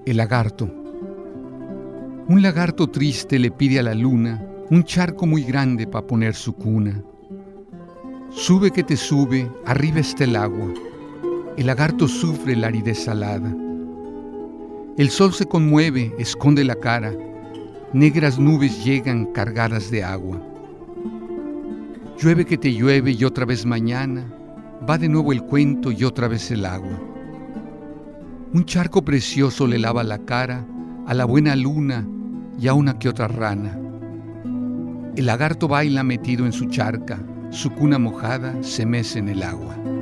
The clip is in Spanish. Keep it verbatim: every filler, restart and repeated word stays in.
El lagarto. Un lagarto triste le pide a la luna un charco muy grande para poner su cuna. Sube que te sube, arriba está el agua. El lagarto sufre la aridez salada. El sol se conmueve, esconde la cara. Negras nubes llegan cargadas de agua. Llueve que te llueve y otra vez mañana. Va de nuevo el cuento y otra vez el agua. Un charco precioso le lava la cara a la buena luna y a una que otra rana. El lagarto baila metido en su charca, su cuna mojada se mece en el agua.